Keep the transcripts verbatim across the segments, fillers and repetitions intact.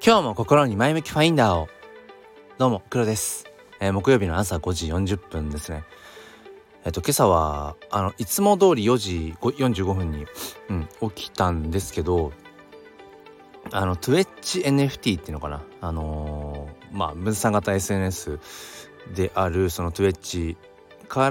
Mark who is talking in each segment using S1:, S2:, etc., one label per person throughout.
S1: 今日も心に前向きファインダーを。どうも黒です、えー、木曜日の朝ごじよんじゅっぷんですね。えっと今朝はあのいつも通りよじよんじゅうごふんに、うん、起きたんですけど、あの Twitch エヌエフティー っていうのかな、あのー、まあ分散型 エスエヌエス であるその Twitch から、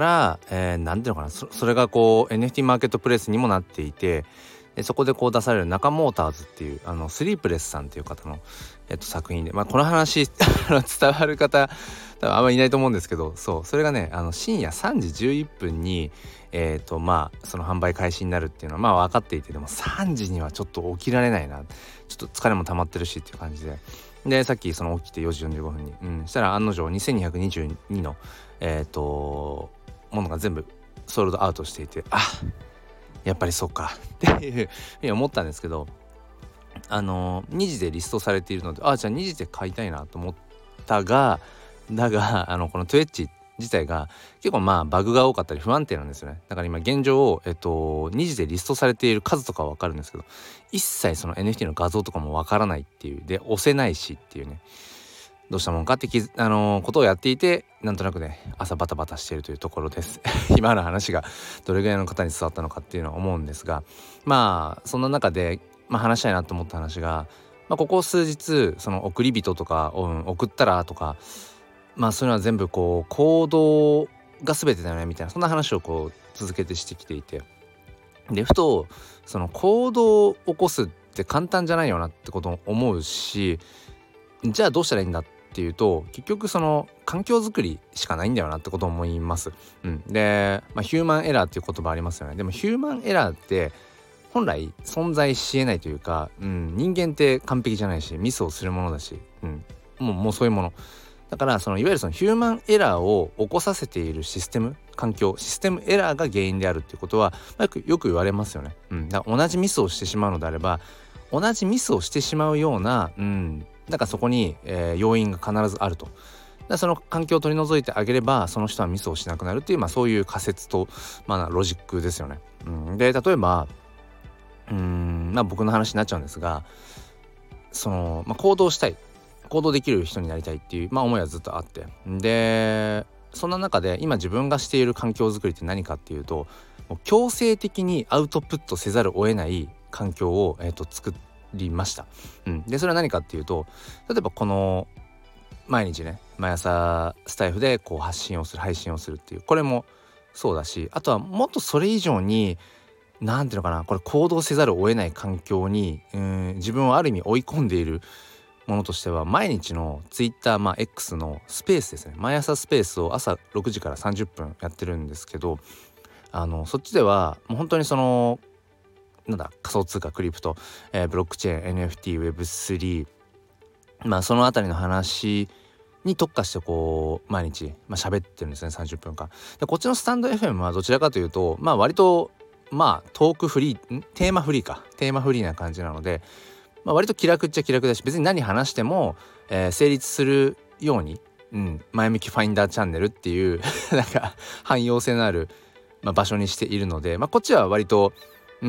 S1: えー、なんていうのかな そ, それがこう エヌエフティー マーケットプレイスにもなっていて、でそこでこう出される中モーターズっていうあのスリープレスさんっていう方の、えっと、作品で、まあ、この話伝わる方多分あんまりいないと思うんですけど、そうそれがねあの深夜さんじじゅういっぷんにえっとまあその販売開始になるっていうのはまあ分かっていて、でもさんじにはちょっと起きられないな、ちょっと疲れも溜まってるしっていう感じで、でさっきその起きてよじよんじゅうごふんに、うん、したら案の定にせんにひゃくにじゅうにのえっとものが全部ソールドアウトしていて、あやっぱりそうかっていうふうに思ったんですけど、あのにじでリストされているので、あじゃあにじで買いたいなと思ったがだがあのこの Twitch 自体が結構まあバグが多かったり不安定なんですよね。だから今現状、えっと、にじでリストされている数とかは分かるんですけど、一切その エヌエフティー の画像とかも分からないっていう、で押せないしっていうね、どうしたもんかってき、あのー、ことをやっていて、なんとなくね朝バタバタしているというところです今の話がどれぐらいの方に伝わったのかっていうのは思うんですが、まあそんな中で、まあ、話したいなと思った話が、まあ、ここ数日その送り人とか、うん、送ったらとか、まあそういうのは全部こう行動が全てだよねみたいな、そんな話をこう続けてしてきていて、でふとその行動を起こすって簡単じゃないよなってことを思うし、じゃあどうしたらいいんだっていうと、結局その環境づくりしかないんだよなってことを思います、うん、で、まあ、ヒューマンエラーっていう言葉ありますよね。でもヒューマンエラーって本来存在し得ないというか、うん、人間って完璧じゃないしミスをするものだし、うん、もう、もうそういうものだから、そのいわゆるそのヒューマンエラーを起こさせているシステム環境システムエラーが原因であるっていうことは、まあ、よくよく言われますよね、うん、だから同じミスをしてしまうのであれば同じミスをしてしまうような、うん、だからそこに、えー、要因が必ずあると。だその環境を取り除いてあげればその人はミスをしなくなるっていう、まあ、そういう仮説と、まあ、ロジックですよね、うん、で例えばうーん、まあ、僕の話になっちゃうんですが、その、まあ、行動したい行動できる人になりたいっていう、まあ、思いはずっとあって、でそんな中で今自分がしている環境づくりって何かっていうと、もう強制的にアウトプットせざるを得ない環境を、えー、と作りました、うん、でそれは何かっていうと、例えばこの毎日ね毎朝スタイフでこう発信をする配信をするっていう、これもそうだし、あとはもっとそれ以上になんていうのかな、これ行動せざるを得ない環境にうーん自分をある意味追い込んでいるものとしては、毎日のツイッター、まあ X のスペースですね。毎朝スペースを朝ろくじからさんじゅっぷんやってるんですけど、あのそっちではもう本当にそのなんだ仮想通貨クリプト、えー、ブロックチェーン エヌエフティー ウェブスリー、まあそのあたりの話に特化してこう毎日まあ喋ってるんですね、さんじゅっぷんかん。でこっちのスタンド エフエム はどちらかというと、まあ割とまあトークフリーテーマフリーかテーマフリーな感じなので、まあ、割と気楽っちゃ気楽だし、別に何話しても、えー、成立するように、うん、前向きファインダーチャンネルっていうなんか汎用性のある、まあ、場所にしているので、まあ、こっちは割とうん、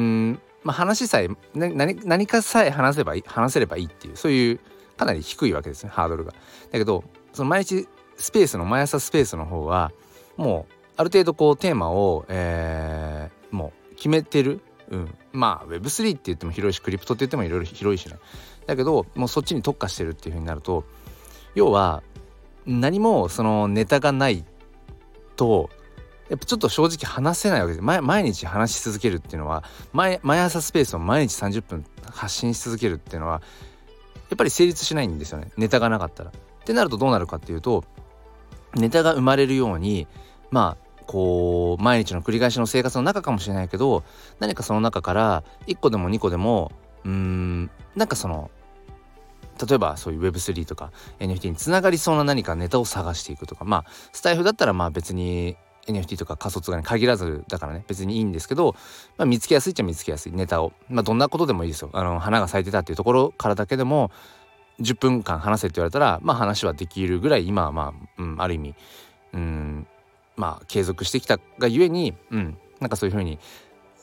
S1: まあ、話さえ、ね、何, 何かさえ話せばいい話せればいいっていう、そういうかなり低いわけですね、ハードルが。だけどその毎日スペースの毎朝スペースの方はもうある程度こうテーマを、えー、もう決めてる。うん、まあ ウェブスリー って言っても広いしクリプトって言ってもいろいろ広いしね。だけどもうそっちに特化してるっていう風になると、要は何もそのネタがないとやっぱちょっと正直話せないわけです。毎, 毎日話し続けるっていうのは 毎, 毎朝スペースを毎日さんじゅっぷん発信し続けるっていうのはやっぱり成立しないんですよね、ネタがなかったら。ってなるとどうなるかっていうと、ネタが生まれるようにまあこう毎日の繰り返しの生活の中かもしれないけど、何かその中からいっこでもにこでもうーんなんかその例えばそういう ウェブスリー とか エヌエフティー につながりそうな何かネタを探していくとか、まあスタイフだったらまあ別に エヌエフティー とか仮想通貨に限らずだからね別にいいんですけど、まあ、見つけやすいっちゃ見つけやすいネタを、まあどんなことでもいいですよ。あの花が咲いてたっていうところからだけでもじゅっぷんかん話せって言われたらまあ話はできるぐらい今はまあ、うん、ある意味うんまあ継続してきたがゆえに、うん、なんかそういう風に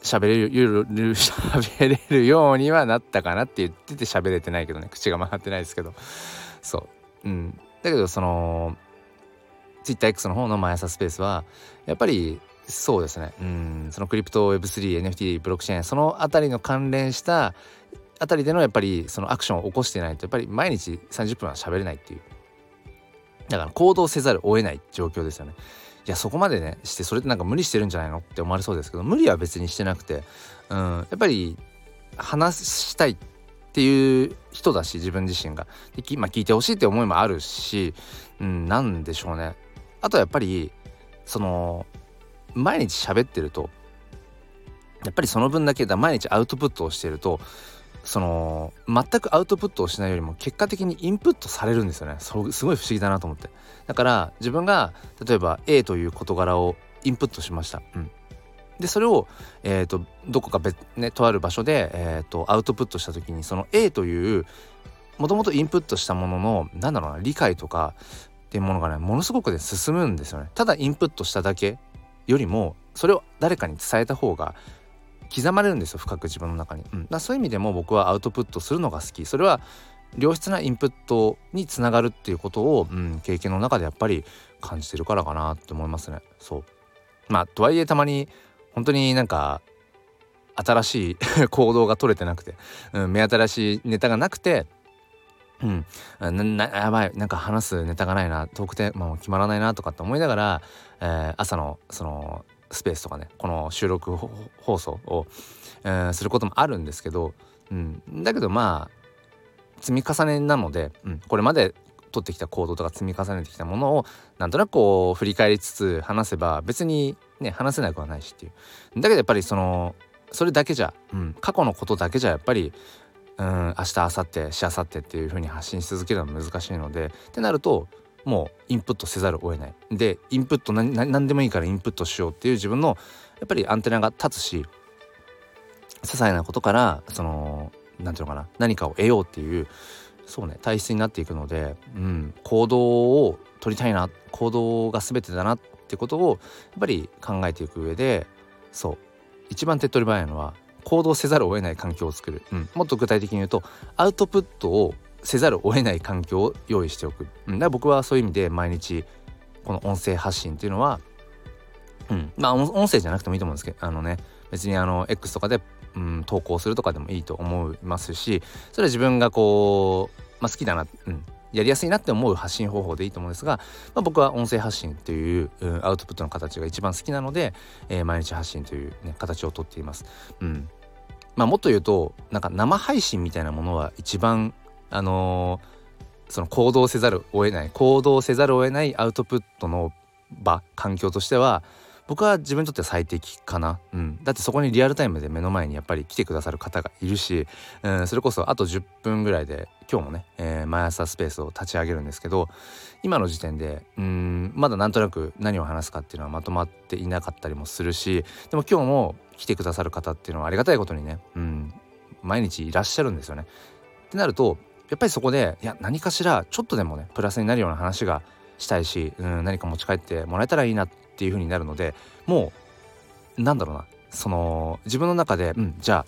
S1: 喋れる喋れるようにはなったかなって言ってて喋れてないけどね、口が回ってないですけど、そううんだけどその TwitterX の方の毎朝スペースはやっぱりそうですね、うんそのクリプト ウェブスリー エヌエフティー ブロックチェーンそのあたりの関連したあたりでのやっぱりそのアクションを起こしてないとやっぱり毎日さんじゅっぷんは喋れないっていう、だから行動せざるを得ない状況ですよね。いやそこまでねしてそれってなんか無理してるんじゃないのって思われそうですけど、無理は別にしてなくて、うん、やっぱり話したいっていう人だし自分自身ができ、まあ、聞いてほしいって思いもあるし、うん、なんでしょうね。あとはやっぱりその毎日喋ってるとやっぱりその分だけだ毎日アウトプットをしてるとその全くアウトプットをしないよりも結果的にインプットされるんですよね。そうすごい不思議だなと思って、だから自分が例えば A という事柄をインプットしました、うん、でそれを、えーと、どこか別、ね、とある場所で、えーと、アウトプットした時にその A というもともとインプットしたもののなんだろうな理解とかっていうものがねものすごくね進むんですよね。ただインプットしただけよりもそれを誰かに伝えた方が刻まれるんですよ、深く自分の中に、うん、だそういう意味でも僕はアウトプットするのが好き。それは良質なインプットにつながるっていうことを、うん、経験の中でやっぱり感じてるからかなって思いますね。そうまあとはいえたまに本当になんか新しい行動が取れてなくて、うん、目新しいネタがなくてうんななやばいなんか話すネタがないなトークテーマも決まらないなとかって思いながら、えー、朝のそのスペースとかねこの収録放送を、えー、することもあるんですけど、うん、だけどまあ積み重ねなので、うん、これまで取ってきた行動とか積み重ねてきたものをなんとなくこう振り返りつつ話せば別にね話せなくはないしっていうだけどやっぱりそのそれだけじゃ、うん、過去のことだけじゃやっぱりうん明日明後日しあさってっていう風に発信し続けるのは難しいのでってなるともうインプットせざるを得ないでインプット何何でもいいからインプットしようっていう自分のやっぱりアンテナが立つし些細なことからそのなんていうのかな何かを得ようっていうそうね体質になっていくので、うん、行動を取りたいな行動が全てだなってことをやっぱり考えていく上でそう一番手っ取り早いのは行動せざるを得ない環境を作る、うん、もっと具体的に言うとアウトプットをせざるを得ない環境を用意しておく、うん、だから僕はそういう意味で毎日この音声発信っていうのは、うん、まあ音声じゃなくてもいいと思うんですけどあのね別にあの X とかで、うん、投稿するとかでもいいと思いますしそれは自分がこう、まあ、好きだな、うん、やりやすいなって思う発信方法でいいと思うんですが、まあ、僕は音声発信という、うん、アウトプットの形が一番好きなので、えー、毎日発信という、ね、形をとっています、うんまあ、もっと言うとなんか生配信みたいなものは一番あのー、その行動せざるを得ない行動せざるを得ないアウトプットの場環境としては僕は自分にとっては最適かな、うん、だってそこにリアルタイムで目の前にやっぱり来てくださる方がいるし、うん、それこそあとじゅっぷんぐらいで今日もね、えー、毎朝スペースを立ち上げるんですけど今の時点でうんまだなんとなく何を話すかっていうのはまとまっていなかったりもするしでも今日も来てくださる方っていうのはありがたいことにね、うん、毎日いらっしゃるんですよね。ってなるとやっぱりそこでいや何かしらちょっとでもねプラスになるような話がしたいし、うん、何か持ち帰ってもらえたらいいなっていう風になるのでもうなんだろうなその自分の中で、うん、じゃあ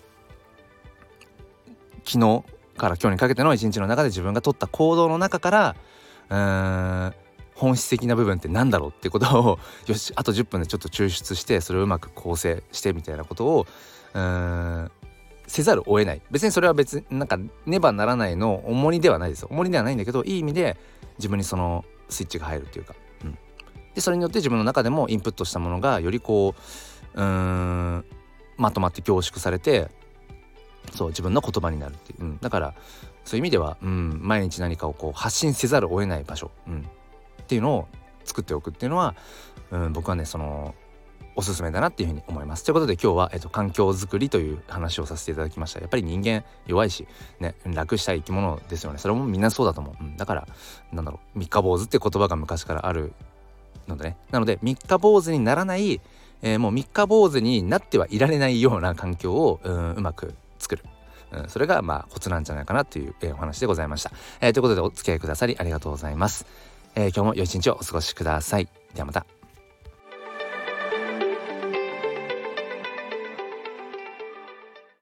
S1: 昨日から今日にかけての一日の中で自分が取った行動の中からうーん本質的な部分ってなんだろうっていうことをよしあとじゅっぷんでちょっと抽出してそれをうまく構成してみたいなことをうーんせざるを得ない別にそれは別になんかねばならないの重荷ではないですよ重荷ではないんだけどいい意味で自分にそのスイッチが入るっていうか、うん、でそれによって自分の中でもインプットしたものがよりこううーんまとまって凝縮されてそう自分の言葉になるっていう、うん、だからそういう意味では、うん、毎日何かをこう発信せざるを得ない場所、うん、っていうのを作っておくっていうのは、うん、僕はねそのおすすめだなっていうふうに思います。ということで今日は、えっと、環境づくりという話をさせていただきました。やっぱり人間弱いし、ね、楽したい生き物ですよね。それもみんなそうだと思う、うん、だからなんだろう三日坊主って言葉が昔からあるのでねなので三日坊主にならない、えー、もう三日坊主になってはいられないような環境を、うん、うまく作る、うん、それがまあコツなんじゃないかなという、えー、お話でございました、えー、ということでお付き合いくださりありがとうございます、えー、今日も良い一日をお過ごしください。ではまた。